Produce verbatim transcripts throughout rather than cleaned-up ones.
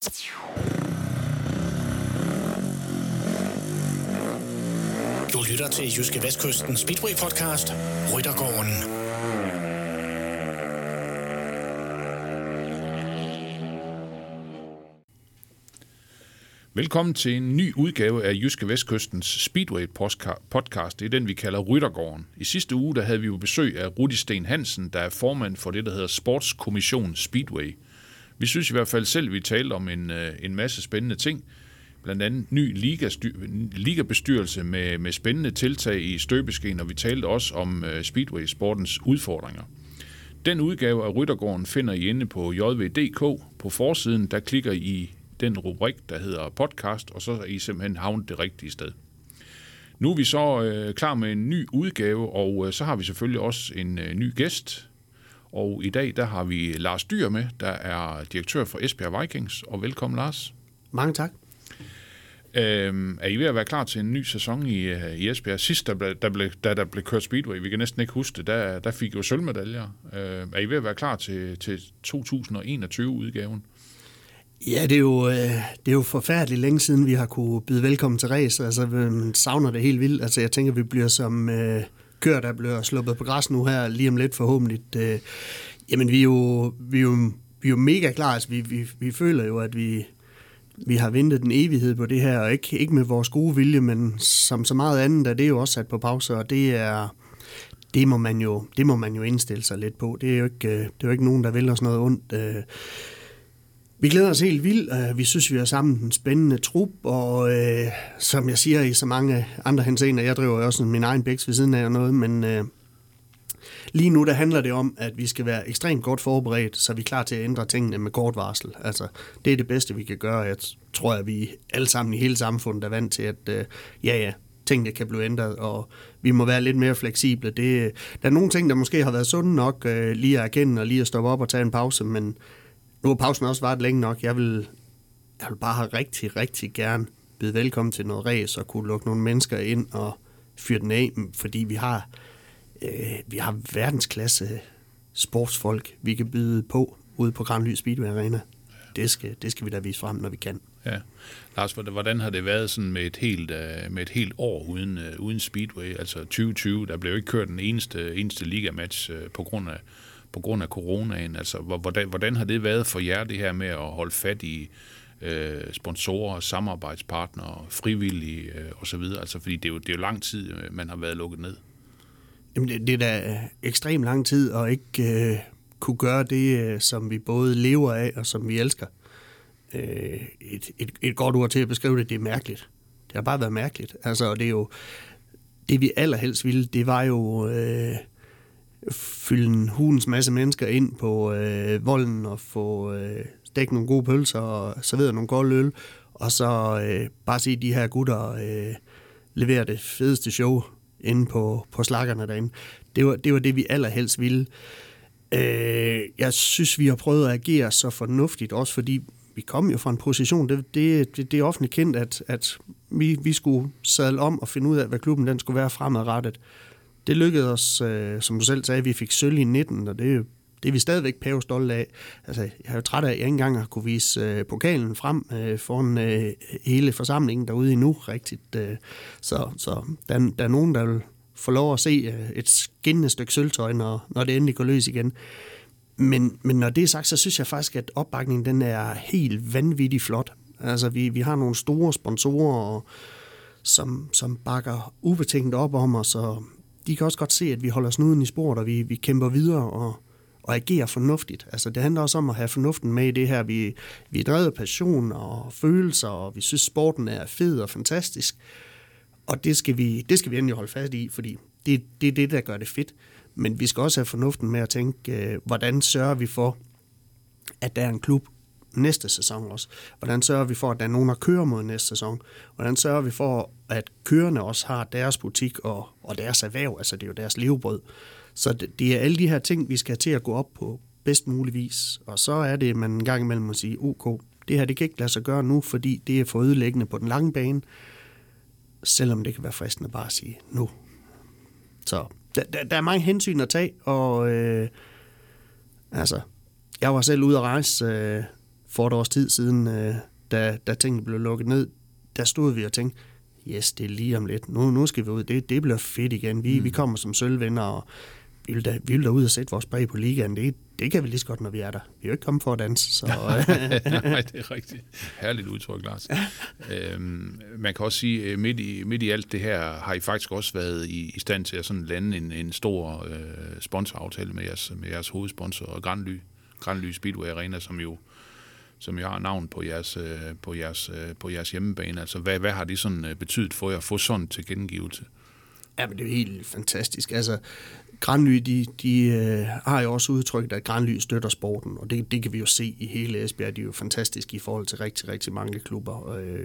Du lytter til Jyske Vestkysten Speedway podcast, Ryttergården. Velkommen til en ny udgave af Jyske Vestkystens Speedway podcast. Det er den, vi kalder Ryttergården. I sidste uge der havde vi jo besøg af Rudi Steen Hansen, der er formand for det, der hedder Sportskommission Speedway. Vi synes i hvert fald selv, at vi talte om en, en masse spændende ting. Blandt andet ny ligabestyrelse med, med spændende tiltag i støbeskeen, og vi talte også om Speedway-sportens udfordringer. Den udgave af Ryttergården finder I inde på j v punktum d k. På forsiden, der klikker I den rubrik, der hedder podcast, og så er I simpelthen havnet det rigtige sted. Nu er vi så øh, klar med en ny udgave, og øh, så har vi selvfølgelig også en øh, ny gæst. Og i dag, der har vi Lars Dyhr med, der er direktør for Esbjerg Vikings. Og velkommen, Lars. Mange tak. Øhm, er I ved at være klar til en ny sæson i, i Esbjerg? Sidst, der blev, der, blev, der, der blev kørt Speedway, vi kan næsten ikke huske det, der, der fik jo sølvmedaljer. Øh, er I ved at være klar til, til to tusind og enogtyve-udgaven? Ja, det er, jo, det er jo forfærdeligt længe siden, vi har kunne byde velkommen til race. Altså, man savner det helt vildt. Altså, jeg tænker, vi bliver som øh, køer, der bliver sluppet på græs nu her, lige om lidt forhåbentlig. Øh, jamen, vi er, jo, vi, er jo, vi er jo mega klar. Altså, vi, vi, vi føler jo, at vi, vi har ventet en evighed på det her, og ikke, ikke med vores gode vilje, men som så meget andet, er det jo også sat på pause, og det er... Det må man jo, det må man jo indstille sig lidt på. Det er jo ikke, det er jo ikke nogen, der vil os noget ondt. Øh, Vi glæder os helt vildt. Vi synes, vi har sammen en spændende trup, og øh, som jeg siger i så mange andre henseender, jeg driver jo også min egen bæks ved siden af og noget, men øh, lige nu der handler det om, at vi skal være ekstremt godt forberedt, så vi er klar til at ændre tingene med kort varsel. Altså, det er det bedste, vi kan gøre. Jeg tror, at vi alle sammen i hele samfundet er vant til, at øh, ja, ja, tingene kan blive ændret, og vi må være lidt mere fleksible. Det, der er nogle ting, der måske har været sunde nok, øh, lige at erkende og lige at stoppe op og tage en pause, men nu har pausen også varet længe nok. Jeg vil, jeg vil bare have rigtig, rigtig gerne byde velkommen til noget race og kunne lukke nogle mennesker ind og fyre den af, fordi vi har, øh, vi har verdensklasse sportsfolk, vi kan byde på ude på Granly Speedway Arena. Det skal, det skal vi da vise frem, når vi kan. Ja. Lars, hvordan har det været sådan med et helt, med et helt år uden, uden Speedway? Altså tyve tyve, der blev jo ikke kørt den eneste, eneste ligamatch på grund af på grund af coronaen. Altså, hvordan, hvordan har det været for jer, det her med at holde fat i øh, sponsorer, samarbejdspartnere, frivillige øh, osv.? Altså, fordi det er, jo, det er jo lang tid, man har været lukket ned. Jamen, det, det er da ekstrem lang tid at ikke øh, kunne gøre det, som vi både lever af og som vi elsker. Øh, et, et, et godt ord til at beskrive det, det er mærkeligt. Det har bare været mærkeligt. Altså, det er jo det, vi allerhelst ville, det var jo Øh, fylde en hulens masse mennesker ind på øh, volden og få øh, stegt nogle gode pølser og serveret nogle kolde øl, og så øh, bare se de her gutter øh, levere det fedeste show inde på, på slakkerne derinde. Det var, det var det, vi allerhelst ville. Øh, jeg synes, vi har prøvet at agere så fornuftigt, også fordi vi kom jo fra en position, det, det, det, det er offentligt kendt, at, at vi, vi skulle sadle om og finde ud af, hvad klubben den skulle være fremadrettet. Det lykkedes os, øh, som du selv sagde, vi fik sølv i nitten, og det, det er vi stadigvæk pævestolte af. Altså, jeg er jo træt af, at jeg ikke engang har kunne vise øh, pokalen frem øh, foran øh, hele forsamlingen derude endnu rigtigt. Øh. Så, så der, der er nogen, der vil få lov at se øh, et skinnende stykke sølvtøj, når, når det endelig går løs igen. Men, men når det er sagt, så synes jeg faktisk, at opbakningen den er helt vanvittigt flot. Altså, vi, vi har nogle store sponsorer, og, som, som bakker ubetinget op om os, og de kan også godt se, at vi holder snuden i sporet, og vi, vi kæmper videre og, og agerer fornuftigt. Altså, det handler også om at have fornuften med i det her. Vi, vi er drevet af passion og følelser, og vi synes, sporten er fed og fantastisk. Og det skal vi, det skal vi endelig holde fast i, fordi det, det er det, der gør det fedt. Men vi skal også have fornuften med at tænke, hvordan sørger vi for, at der er en klub næste sæson også? Hvordan sørger vi for, at der er nogen, der kører mod næste sæson? Hvordan sørger vi for, at kørerne også har deres butik og, og deres erhverv, altså det er jo deres levebrød. Så det, det er alle de her ting, vi skal til at gå op på bedst mulig vis. Og så er det, man en gang imellem må sige, ok, det her det kan ikke lade sig gøre nu, fordi det er for ødelæggende på den lange bane, selvom det kan være fristende bare at sige nu. Så der, der, der er mange hensyn at tage, og øh, altså, jeg var selv ude at rejse øh, for et års tid siden, øh, da, da tingene blev lukket ned, der stod vi og tænkte, yes, det er lige om lidt. Nu, nu skal vi ud. Det, det bliver fedt igen. Vi, mm. vi kommer som sølvvinder, og vi vil, da, vi vil da ud og sætte vores præg på ligaen. Det, det kan vi lige så godt, når vi er der. Vi er jo ikke kommet for at danse. Så. Nej, det er rigtigt. Herligt udtryk, Lars. øhm, man kan også sige, midt i, midt i alt det her, har I faktisk også været i, i stand til at sådan lande en, en stor øh, sponsoraftale med jeres, med jeres hovedsponsor, Granly, Granly Speedway Arena, som jo som jo har navn på jeres, på jeres, på jeres hjemmebane. Altså, hvad, hvad har det sådan betydet for jer at få sådan til gengivelse? Ja, men det er jo helt fantastisk. Altså, Granly, de, de øh, har jo også udtrykt, at Granly støtter sporten, og det, det kan vi jo se i hele Esbjerg. De er jo fantastiske i forhold til rigtig, rigtig mange klubber. Øh,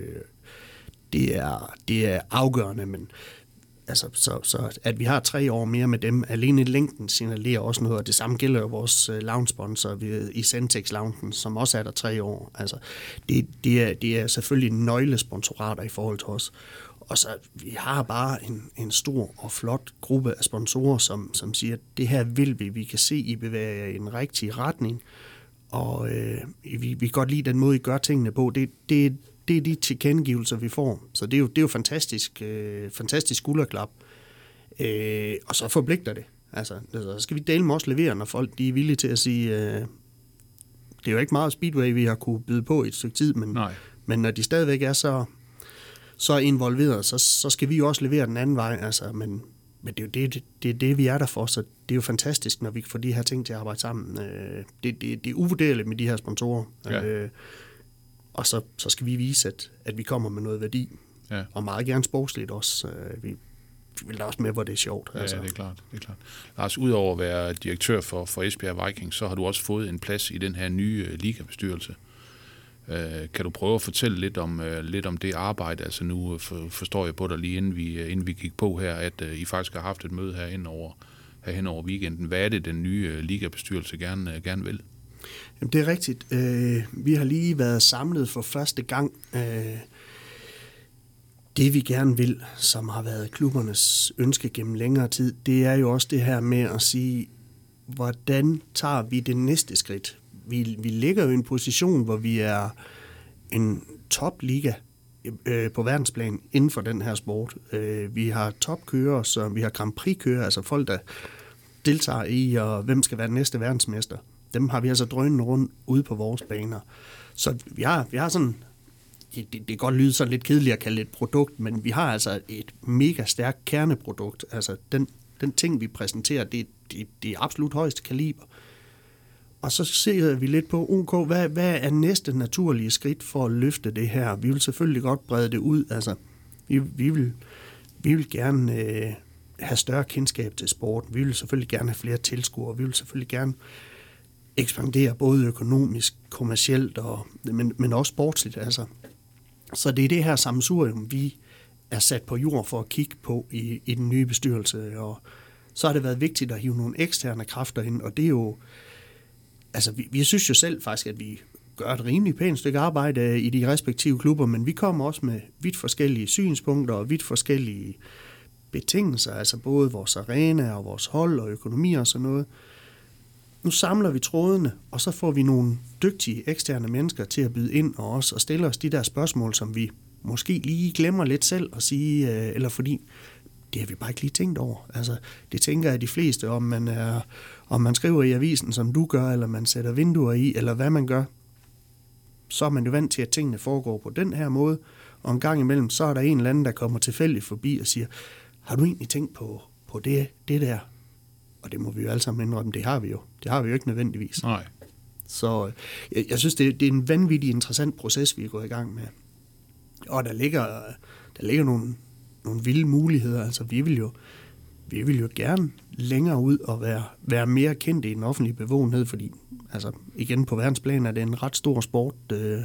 det, er, det er afgørende, men altså, så, så at vi har tre år mere med dem, alene længden signalerer også noget, og det samme gælder jo vores lounge-sponsor i Centex Loungen, som også er der tre år. Altså, det, det, er, det er selvfølgelig nøglesponsorater i forhold til os. Og så vi har bare en, en stor og flot gruppe af sponsorer, som, som siger, at det her vil vi, vi kan se, I bevæger i en rigtig retning, og øh, vi, vi kan godt lide den måde, I gør tingene på. Det, det, det er de tilkendegivelser, vi får. Så det er jo, det er jo fantastisk, øh, fantastisk skulderklap. Øh, og så forpligter det. Altså, så skal vi dele med også levere, når folk de er villige til at sige, øh, det er jo ikke meget Speedway, vi har kunne byde på i et stykke tid, men, men når de stadigvæk er så, så involveret, så, så skal vi jo også levere den anden vej. Altså, men, men det er jo det, det, det, er det, vi er der for, så det er jo fantastisk, når vi får de her ting til at arbejde sammen. Øh, det, det, det er uvurderligt med de her sponsorer. Ja. Øh, Og så, så skal vi vise, at, at vi kommer med noget værdi. Ja. Og meget gerne sportsligt også. Vi, vi vil da også med, hvor det er sjovt. Ja, altså. det er klart. Det er klart. Lars, udover at være direktør for, for Esbjerg Vikings, så har du også fået en plads i den her nye uh, ligabestyrelse. Uh, kan du prøve at fortælle lidt om, uh, lidt om det arbejde? Altså nu for, forstår jeg på dig lige inden vi, uh, inden vi gik på her, at uh, I faktisk har haft et møde herhen over, herhen over weekenden. Hvad er det, den nye uh, ligabestyrelse gerne, uh, gerne vil? Jamen, det er rigtigt. Øh, vi har lige været samlet for første gang. Øh, det vi gerne vil, som har været klubbernes ønske gennem længere tid, det er jo også det her med at sige, hvordan tager vi det næste skridt? Vi, vi ligger jo i en position, hvor vi er en topliga øh, på verdensplan inden for den her sport. Øh, vi har topkører, så vi har Grand Prix-kører, altså folk, der deltager i, og hvem skal være den næste verdensmester. Dem har vi altså drønende rundt ude på vores baner. Så vi har, vi har sådan, det, det kan godt lyde sådan lidt kedeligt at kalde det et produkt, men vi har altså et mega stærkt kerneprodukt. Altså den, den ting, vi præsenterer, det, det, det er absolut højeste kaliber. Og så ser vi lidt på, ok, hvad, hvad er næste naturlige skridt for at løfte det her? Vi vil selvfølgelig godt brede det ud. Altså, vi, vi, vil, vi vil gerne øh, have større kendskab til sporten. Vi vil selvfølgelig gerne have flere tilskuere. Vi vil selvfølgelig gerne ekspandere både økonomisk, kommercielt, og, men, men også sportsligt. Altså. Så det er det her sammensurium, vi er sat på jord for at kigge på i, i den nye bestyrelse. Og så har det været vigtigt at hive nogle eksterne kræfter ind, og det er jo, altså vi, vi synes jo selv faktisk, at vi gør et rimelig pænt stykke arbejde i de respektive klubber, men vi kommer også med vidt forskellige synspunkter og vidt forskellige betingelser, altså både vores arena og vores hold og økonomi og sådan noget. Nu samler vi trådene, og så får vi nogle dygtige eksterne mennesker til at byde ind og os og stille os de der spørgsmål, som vi måske lige glemmer lidt selv at sige, eller fordi det har vi bare ikke lige tænkt over. Altså, det tænker jeg de fleste, om man, er, om man skriver i avisen, som du gør, eller man sætter vinduer i, eller hvad man gør. Så er man jo vant til, at tingene foregår på den her måde, og en gang imellem, så er der en eller anden, der kommer tilfældigt forbi og siger, har du egentlig tænkt på, på det, det der? Og det må vi jo alle sammen indrømme, det har vi jo. Det har vi jo ikke nødvendigvis. Nej. Så jeg, jeg synes, det, det er en vanvittig interessant proces, vi er gået i gang med. Og der ligger, der ligger nogle, nogle vilde muligheder. Altså, vi vil jo, vi vil jo gerne længere ud og være, være mere kendt i den offentlige bevågenhed, fordi altså, igen på verdensplan er det en ret stor sport, øh,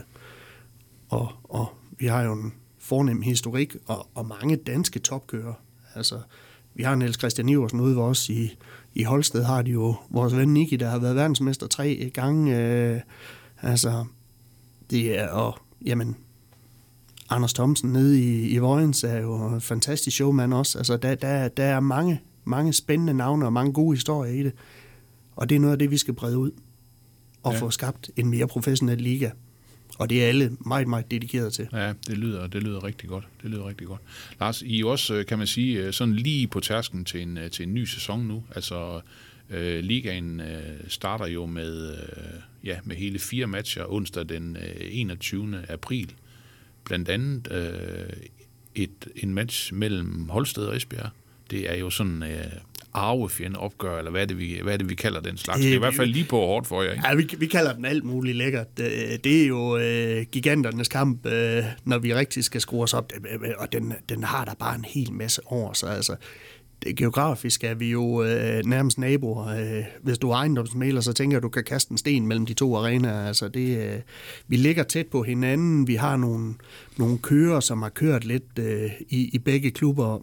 og, og vi har jo en fornem historik og, og mange danske topkører. Altså, vi har Niels Christian Iversen ude ved os i, i Holsted, har de jo vores ven Nicky, der har været verdensmester tre gange. Øh, altså, det er, og jamen, Anders Thomsen nede i, i Vojens er jo en fantastisk showman også. Altså, der, der, der er mange, mange spændende navne og mange gode historier i det. Og det er noget af det, vi skal brede ud og ja. få skabt en mere professionel liga. Og det er alle meget, meget dedikeret til. Ja, det lyder, det lyder rigtig godt. Det lyder rigtig godt. Lars, I er også, kan man sige, sådan lige på tærsken til en, til en ny sæson nu. Altså, øh, ligaen øh, starter jo med, øh, ja, med hele fire matcher onsdag den øh, enogtyvende april. Blandt andet øh, et, en match mellem Holsted og Esbjerg. Det er jo sådan øh, arvefjende opgør, eller hvad er, det, vi, hvad er det, vi kalder den slags? Det er i hvert fald lige på hårdt for jer, ikke? Ja, vi, vi kalder den alt muligt lækkert. Det er jo øh, giganternes kamp, øh, når vi rigtig skal skrues op, og den, den har der bare en hel masse over sig. Altså, det, geografisk er vi jo øh, nærmest naboer. Øh, hvis du er ejendomsmægler, så tænker jeg, at du kan kaste en sten mellem de to arenaer. Altså, det, øh, vi ligger tæt på hinanden. Vi har nogle, nogle kører, som har kørt lidt øh, i, i begge klubber,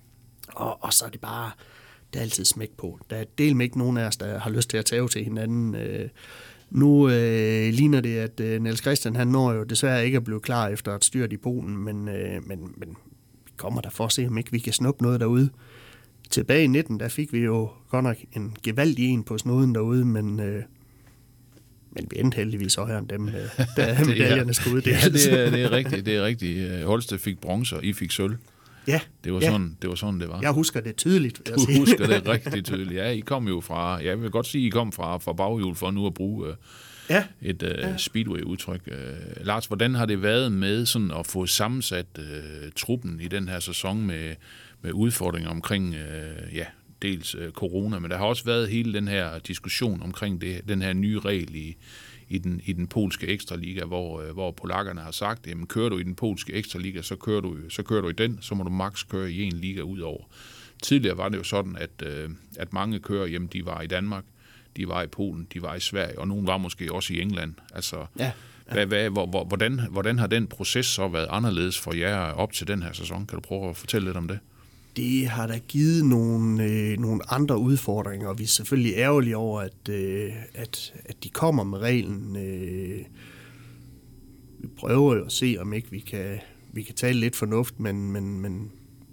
og, og så er det bare... Der er altid smæk på. Der er del med ikke nogen af os, der har lyst til at tage til hinanden. Øh, nu øh, ligner det, at øh, Niels Christian, han når jo desværre ikke at blive klar efter et styrt i Polen, men, øh, men, men vi kommer der for at se, om ikke vi kan snuppe noget derude. Tilbage i nitten, der fik vi jo godt nok en gevaldig en på snoden derude, men... Øh, Men vi endte heldigvis højere end dem, da medaljerne skulle uddeles. Ja, det er, det er rigtigt. Det er rigtigt. Holsted fik bronze, og I fik sølv. Ja, det var, ja. Sådan, det var sådan, det var. Jeg husker det tydeligt. Du sige. husker det rigtig tydeligt. Ja, I kom jo fra, jeg vil godt sige, I kom fra, fra baghjul for nu at bruge uh, ja. et uh, ja. Speedway-udtryk. Uh, Lars, hvordan har det været med sådan at få sammensat uh, truppen i den her sæson med, med udfordringer omkring, uh, ja, dels uh, corona, men der har også været hele den her diskussion omkring det, den her nye regel i i den, i den polske ekstraliga, hvor, hvor polakkerne har sagt, jamen kører du i den polske ekstraliga, så kører du, så kører du i den, så må du maks køre i en liga ud over. Tidligere var det jo sådan, at, at mange kører, jamen de var i Danmark, de var i Polen, de var i Sverige, og nogle var måske også i England. Altså, ja, ja. Hvad, hvad, hvor, hvordan, hvordan har den proces så været anderledes for jer op til den her sæson? Kan du prøve at fortælle lidt om det? Det har da givet nogle, øh, nogle andre udfordringer, og vi er selvfølgelig ærgerlige over, at, øh, at, at de kommer med reglen. Øh, vi prøver jo at se, om ikke vi kan, vi kan tale lidt fornuft, men, men, men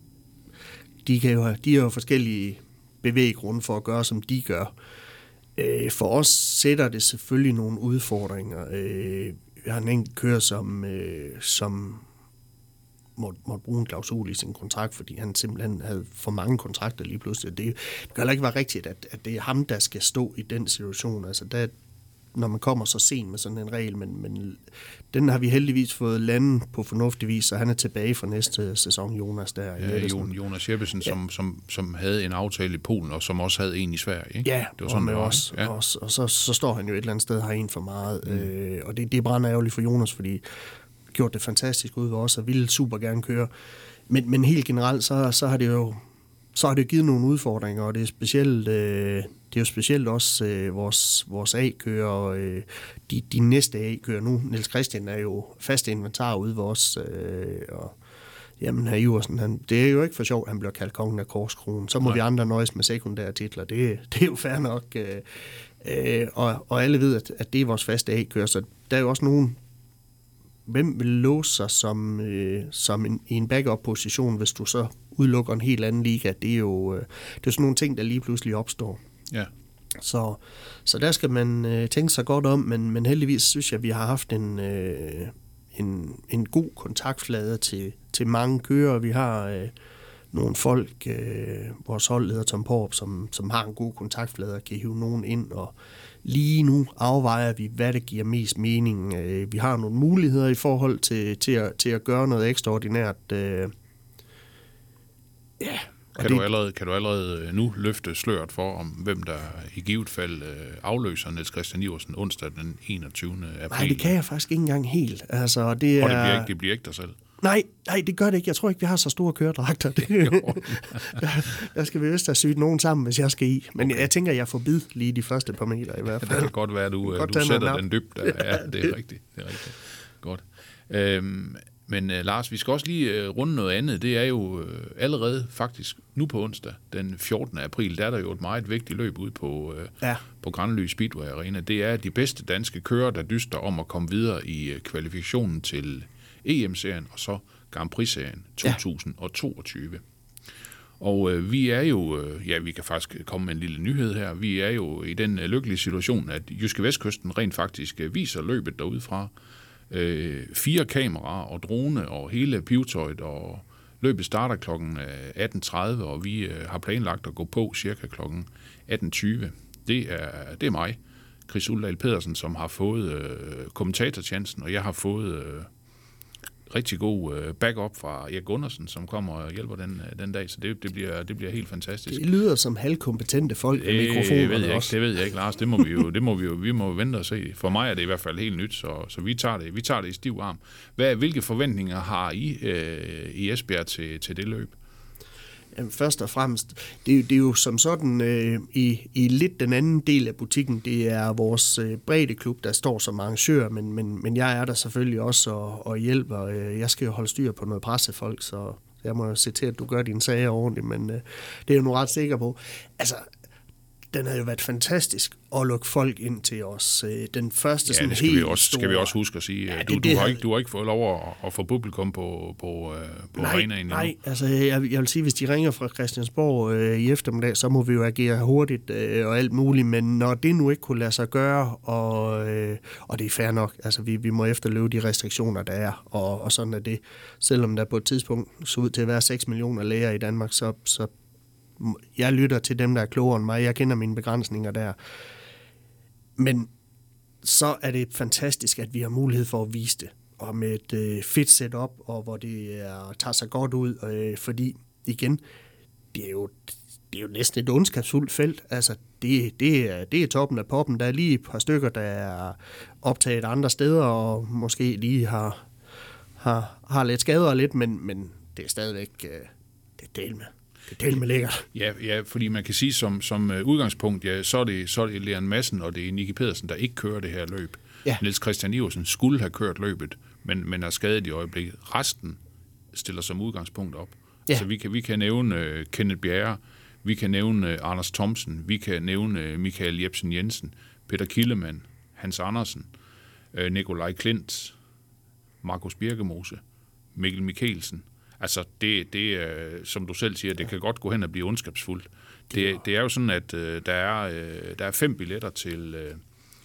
de, kan jo, de har jo forskellige bevæggrunde for at gøre, som de gør. Øh, for os sætter det selvfølgelig nogle udfordringer. Øh, vi har en enkelt kører, som... Øh, som Måtte, måtte bruge en klausul i sin kontrakt, fordi han simpelthen havde for mange kontrakter lige pludselig. Det, det kan heller ikke være rigtigt, at, at det er ham, der skal stå i den situation. Altså, der, når man kommer så sent med sådan en regel, men, men den har vi heldigvis fået landet på fornuftig vis, så han er tilbage for næste sæson, Jonas der. Ja, Jonas Jeppesen, ja. som, som, som havde en aftale i Polen, og som også havde en i Sverige, ikke? Ja, det var sådan, og, det var, også, ja. også, og så, så står han jo et eller andet sted, har en for meget. Mm. Øh, og det, det er brænder ærgerligt for Jonas, fordi gjort det fantastisk ud ved os, og ville super gerne køre. Men, men helt generelt, så, så har det jo så har det givet nogle udfordringer, og det er specielt, øh, det er jo specielt også øh, vores, vores A-kører, og øh, de, de næste A-kører nu. Niels Christian er jo fast inventar ude ved os, øh, og jamen, herr Iversen, han, det er jo ikke for sjovt, han bliver kaldt kongen af korskronen. Så må Nej. vi andre nøjes med sekundære titler. Det, det er jo fair nok. Øh, øh, og, og alle ved, at, at det er vores faste A-kører, så der er jo også nogen. Hvem vil låse sig som, øh, som en, i en backup-position, hvis du så udelukker en helt anden liga? Det er jo øh, det er sådan nogle ting, der lige pludselig opstår. Ja. Så, så der skal man øh, tænke sig godt om, men, men heldigvis synes jeg, at vi har haft en, øh, en, en god kontaktflade til, til mange kører. Vi har øh, nogle folk, øh, vores holdleder Tom Porp, som, som har en god kontaktflade og kan hive nogen ind, og lige nu afvejer vi, hvad der giver mest mening. Vi har nogle muligheder i forhold til, til, at, til at gøre noget ekstraordinært. Ja, kan, det, du allerede, kan du allerede nu løfte sløret for, om hvem der i givet fald afløser Niels Christian Iversen onsdag den enogtyvende april? Nej, det kan jeg faktisk ikke engang helt. Altså, det er... Og det bliver ikke, det bliver ikke dig selv? Nej, nej, det gør det ikke. Jeg tror ikke, vi har så store køredragter. der, der skal vi vist have sygt nogen sammen, hvis jeg skal i. Men okay. Jeg tænker, jeg får bid lige de første par meter i hvert fald. Det kan godt være, at du, godt du sætter den dybt. Ja, det er rigtigt. Det er rigtigt. Godt. Øhm, men uh, Lars, vi skal også lige uh, runde noget andet. Det er jo uh, allerede faktisk nu på onsdag, den fjortende april, der er der jo et meget vigtigt løb ud på, uh, ja. på Granly Speedway Arena. Det er de bedste danske kører, der dyster om at komme videre i uh, kvalifikationen til E M-serien og så Grand Prix-serien to tusind toogtyve. Ja. Og øh, vi er jo, øh, ja, vi kan faktisk komme med en lille nyhed her, vi er jo i den øh, lykkelige situation, at Jyske Vestkysten rent faktisk øh, viser løbet derudefra. øh, fire kameraer og drone og hele pivetøjet, og løbet starter klokken atten tredive, og vi øh, har planlagt at gå på cirka klokken atten tyve. Det er, det er mig, Chris Uldal Pedersen, som har fået øh, kommentatorchancen, og jeg har fået øh, rigtig god øh, backup fra Erik Gundersen, som kommer og hjælper den, den dag, så det, det, bliver, det bliver helt fantastisk. Det lyder som halvkompetente folk med mikrofoner. Det ved jeg ikke, det ved jeg ikke, Lars. Det må vi jo, det må vi jo, vi må vente og se. For mig er det i hvert fald helt nyt, så, så vi, tager det, vi tager det i stiv arm. Hvad, hvilke forventninger har I øh, i Esbjerg til, til det løb? Jamen, først og fremmest, det er, det er jo som sådan øh, i, i lidt den anden del af butikken, det er vores øh, breddeklub, der står som arrangør, men, men, men jeg er der selvfølgelig også og, og hjælper. Øh, jeg skal jo holde styr på noget pressefolk, så jeg må jo se til, at du gør dine sager ordentligt, men øh, det er jeg nu ret sikker på. Altså, den har jo været fantastisk at lukke folk ind til os. Den første ja, sådan det skal helt vi også, store... skal vi også huske at sige. Ja, det, du, du, det, har ikke, du har ikke fået lov at, at få publikum på, på, på nej, arenaen. Nej, altså jeg, jeg vil sige, hvis de ringer fra Christiansborg øh, i eftermiddag, så må vi jo agere hurtigt øh, og alt muligt, men når det nu ikke kunne lade sig gøre, og, øh, og det er fair nok, altså vi, vi må efterleve de restriktioner, der er, og, og sådan er det. Selvom der på et tidspunkt så ud til at være seks millioner læger i Danmark, så, så jeg lytter til dem, der er klogere end mig. Jeg kender mine begrænsninger der. Men så er det fantastisk, at vi har mulighed for at vise det. Og med et øh, fedt setup, og hvor det er, tager sig godt ud. Øh, fordi, igen, det er jo, det er jo næsten et ondskabsfuldt felt. Altså, det, det, er, det er toppen af poppen. Der er lige et par stykker, der er optaget andre steder, og måske lige har, har, har lidt skader lidt, men, men det er stadigvæk øh, det er del med. Det er del med lækkert. Ja, ja, fordi man kan sige, som, som udgangspunkt, ja, så er det, så er det Leon Madsen, og det er Nicky Pedersen, der ikke kører det her løb. Ja. Niels Christian Iversen skulle have kørt løbet, men, men er skadet i øjeblikket. Resten stiller som udgangspunkt op. Ja. Altså, vi kan, vi kan nævne uh, Kenneth Bjerre, vi kan nævne uh, Anders Thomsen, vi kan nævne uh, Michael Jebsen Jensen, Peter Killemann, Hans Andersen, uh, Nikolaj Klint, Markus Birkemose, Mikkel Mikkelsen. Altså, det, det er, som du selv siger, det kan godt gå hen og blive ondskabsfuldt. Det, det er jo sådan, at uh, der, er, uh, der er fem billetter til, uh,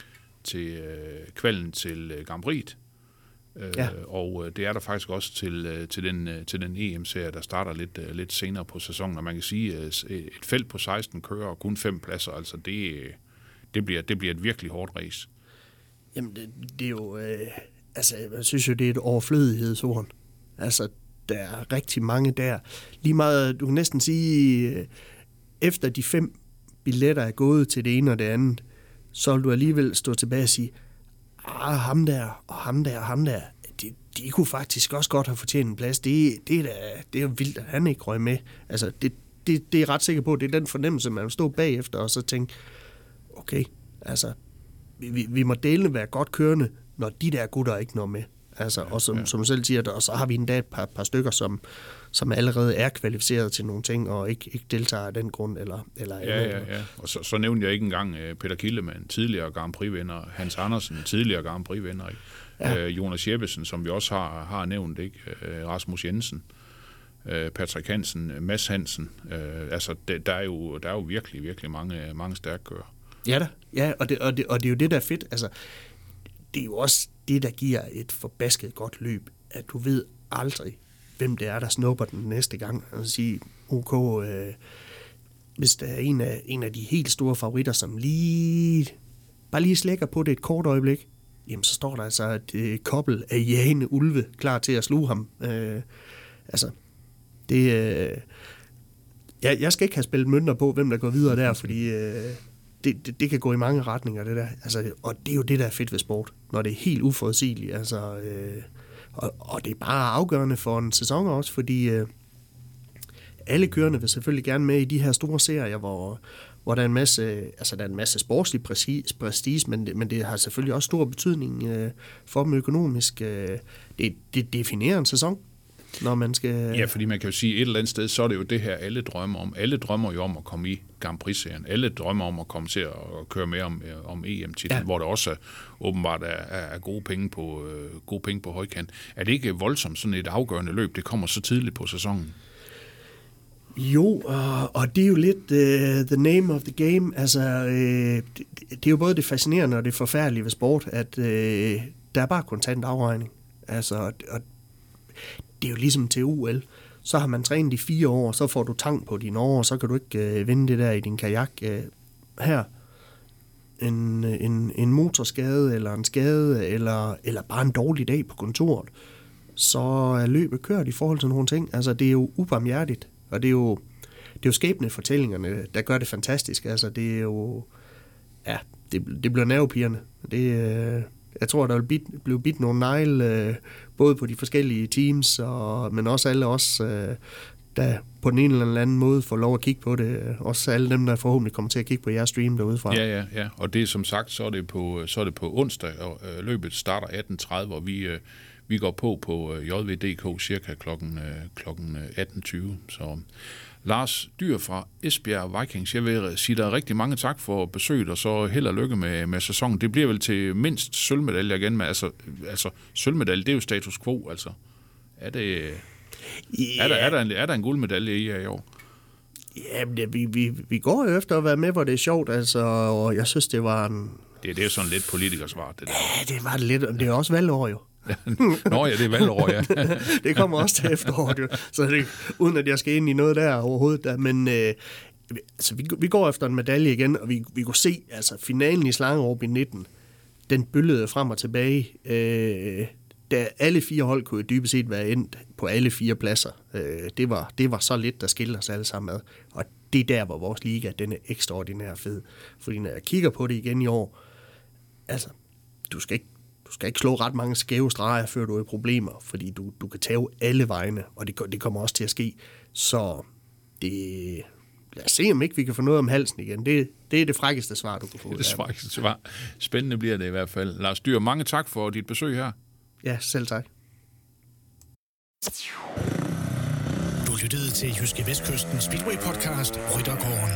til uh, kvalden til uh, Grand Prix. Uh, ja. Og uh, det er der faktisk også til, uh, til den, uh, til den E M-serie, der starter lidt, uh, lidt senere på sæsonen. Og man kan sige, at uh, et felt på seksten kører og kun fem pladser. Altså, det, det, bliver, det bliver et virkelig hårdt race. Jamen, det, det er jo... Øh, altså, jeg synes jo, det er et overflødighedshorn. Altså, der er rigtig mange der. Lige meget, du kan næsten sige, efter de fem billetter er gået til det ene og det andet, så vil du alligevel stå tilbage og sige, ah, ham der, og ham der, og ham der, de, de kunne faktisk også godt have fortjent en plads. Det, det, er, da, det er jo vildt, at han ikke røg med. Altså, det, det, det er ret sikker på, det er den fornemmelse, man vil stå bagefter, og så tænke, okay, altså, vi, vi må delene være godt kørende, når de der gutter ikke når med. Altså, og som, ja. som du selv siger, og så har vi endda et par, par stykker, som, som allerede er kvalificeret til nogle ting, og ikke, ikke deltager af den grund. Eller, eller ja, ja, ja. Og så, så nævnte jeg ikke engang uh, Peter Killemann, tidligere Grand Prix-vinder, Hans Andersen, tidligere Grand Prix-vinder, ja. uh, Jonas Jeppesen, som vi også har, har nævnt, ikke? Uh, Rasmus Jensen, uh, Patrick Hansen, uh, Mads Hansen. Uh, altså, det, der, er jo, der er jo virkelig, virkelig mange, mange stærke kører. Ja da, ja, og det, og, det, og det er jo det, der er fedt. Altså, det er jo også det, der giver et forbasket godt løb, at du ved aldrig, hvem det er, der snupper den næste gang. Altså sige, ok, øh, hvis der er en af, en af de helt store favoritter, som lige, bare lige slækker på det et kort øjeblik, jamen så står der altså et øh, kobbel af jagende ulve klar til at sluge ham. Øh, altså, det... Øh, jeg, jeg skal ikke have spillet mønter på, hvem der går videre der, fordi... Øh, Det, det, det kan gå i mange retninger, det der. Altså, og det er jo det, der er fedt ved sport, når det er helt uforudsigeligt. Altså, øh, og, og det er bare afgørende for en sæson også, fordi øh, alle kørende vil selvfølgelig gerne med i de her store serier, hvor, hvor der er en masse, altså der er en masse sportslig prestige, men det, men det har selvfølgelig også stor betydning øh, for dem økonomisk. Øh, det, det definerer en sæson. Når man skal... Ja, fordi man kan jo sige, et eller andet sted, så er det jo det her, alle drømmer om. Alle drømmer jo om at komme i Grand Prix-serien. Alle drømmer om at komme til at køre med om, om E M-titlen, ja. Hvor der også er, åbenbart er, er gode, penge på, øh, gode penge på højkant. Er det ikke voldsomt sådan et afgørende løb, det kommer så tidligt på sæsonen? Jo, og, og det er jo lidt uh, the name of the game. Altså, uh, det, det er jo både det fascinerende og det forfærdelige ved sport, at uh, der er bare kontant afregning. Altså, og det er jo ligesom til U L. Så har man trænet i fire år, så får du tang på dine år, og så kan du ikke øh, vinde det der i din kajak. Øh, her, en, en, en motorskade, eller en skade, eller, eller bare en dårlig dag på kontoret, så er løbet kørt i forhold til nogle ting. Altså, det er jo ubarmhjertigt, og det er jo, det er jo skæbnefortællingerne, der gør det fantastisk. Altså, det er jo, ja, det, det bliver nervepirrende. Det øh, jeg tror, der vil bit, blive bidt nogle negle, øh, både på de forskellige teams, og, men også alle os, øh, der på den ene eller anden måde får lov at kigge på det. Også alle dem, der forhåbentlig kommer til at kigge på jeres stream derudefra. Ja, ja, ja. Og det er som sagt, så er det på, så er det på onsdag, og øh, løbet starter atten tredive, og vi, øh, vi går på på øh, J V punktum D K cirka klokken, øh, klokken atten tyve. Så Lars Dyhr fra Esbjerg Vikings, jeg vil sige dig rigtig mange tak for besøget, og så held og lykke med, med sæsonen. Det bliver vel til mindst sølvmedalje igen, med, altså, altså sølvmedalje, det er jo status quo, altså. Er det... Yeah. Er, der, er, der en, er der en guldmedalje i i år? Ja, det, vi, vi, vi går jo efter at være med, hvor det er sjovt, altså, og jeg synes, det var en... Det, det er jo sådan lidt politikersvar, det der. Ja, det var det lidt, det er også valgår jo. Nå ja, det er valgår, ja. Det kommer også til efteråret, jo. Så det, uden at jeg skal ind i noget der overhovedet, der. Men øh, altså, vi, vi går efter en medalje igen, og vi, vi kunne se, altså finalen i Slangerup i nitten, den bølgede frem og tilbage, øh, da alle fire hold kunne dybest set være endt på alle fire pladser. Øh, det, var, det var så lidt, der skilte os alle sammen ad. Og det er der, hvor vores liga, den er ekstraordinær fed. Fordi når jeg kigger på det igen i år, altså, du skal ikke Du skal ikke slå ret mange skæve streger, før du er i problemer, fordi du, du kan tage alle vegne, og det, det kommer også til at ske. Så det, lad os se, om ikke vi kan få noget om halsen igen. Det, det er det frækkeste svar, du kan få. Det er det frækkeste svar. Spændende bliver det i hvert fald. Lars Dyhr, mange tak for dit besøg her. Ja, selv tak. Du lyttede til Jyske Vestkysten Speedway Podcast, Ryttergården.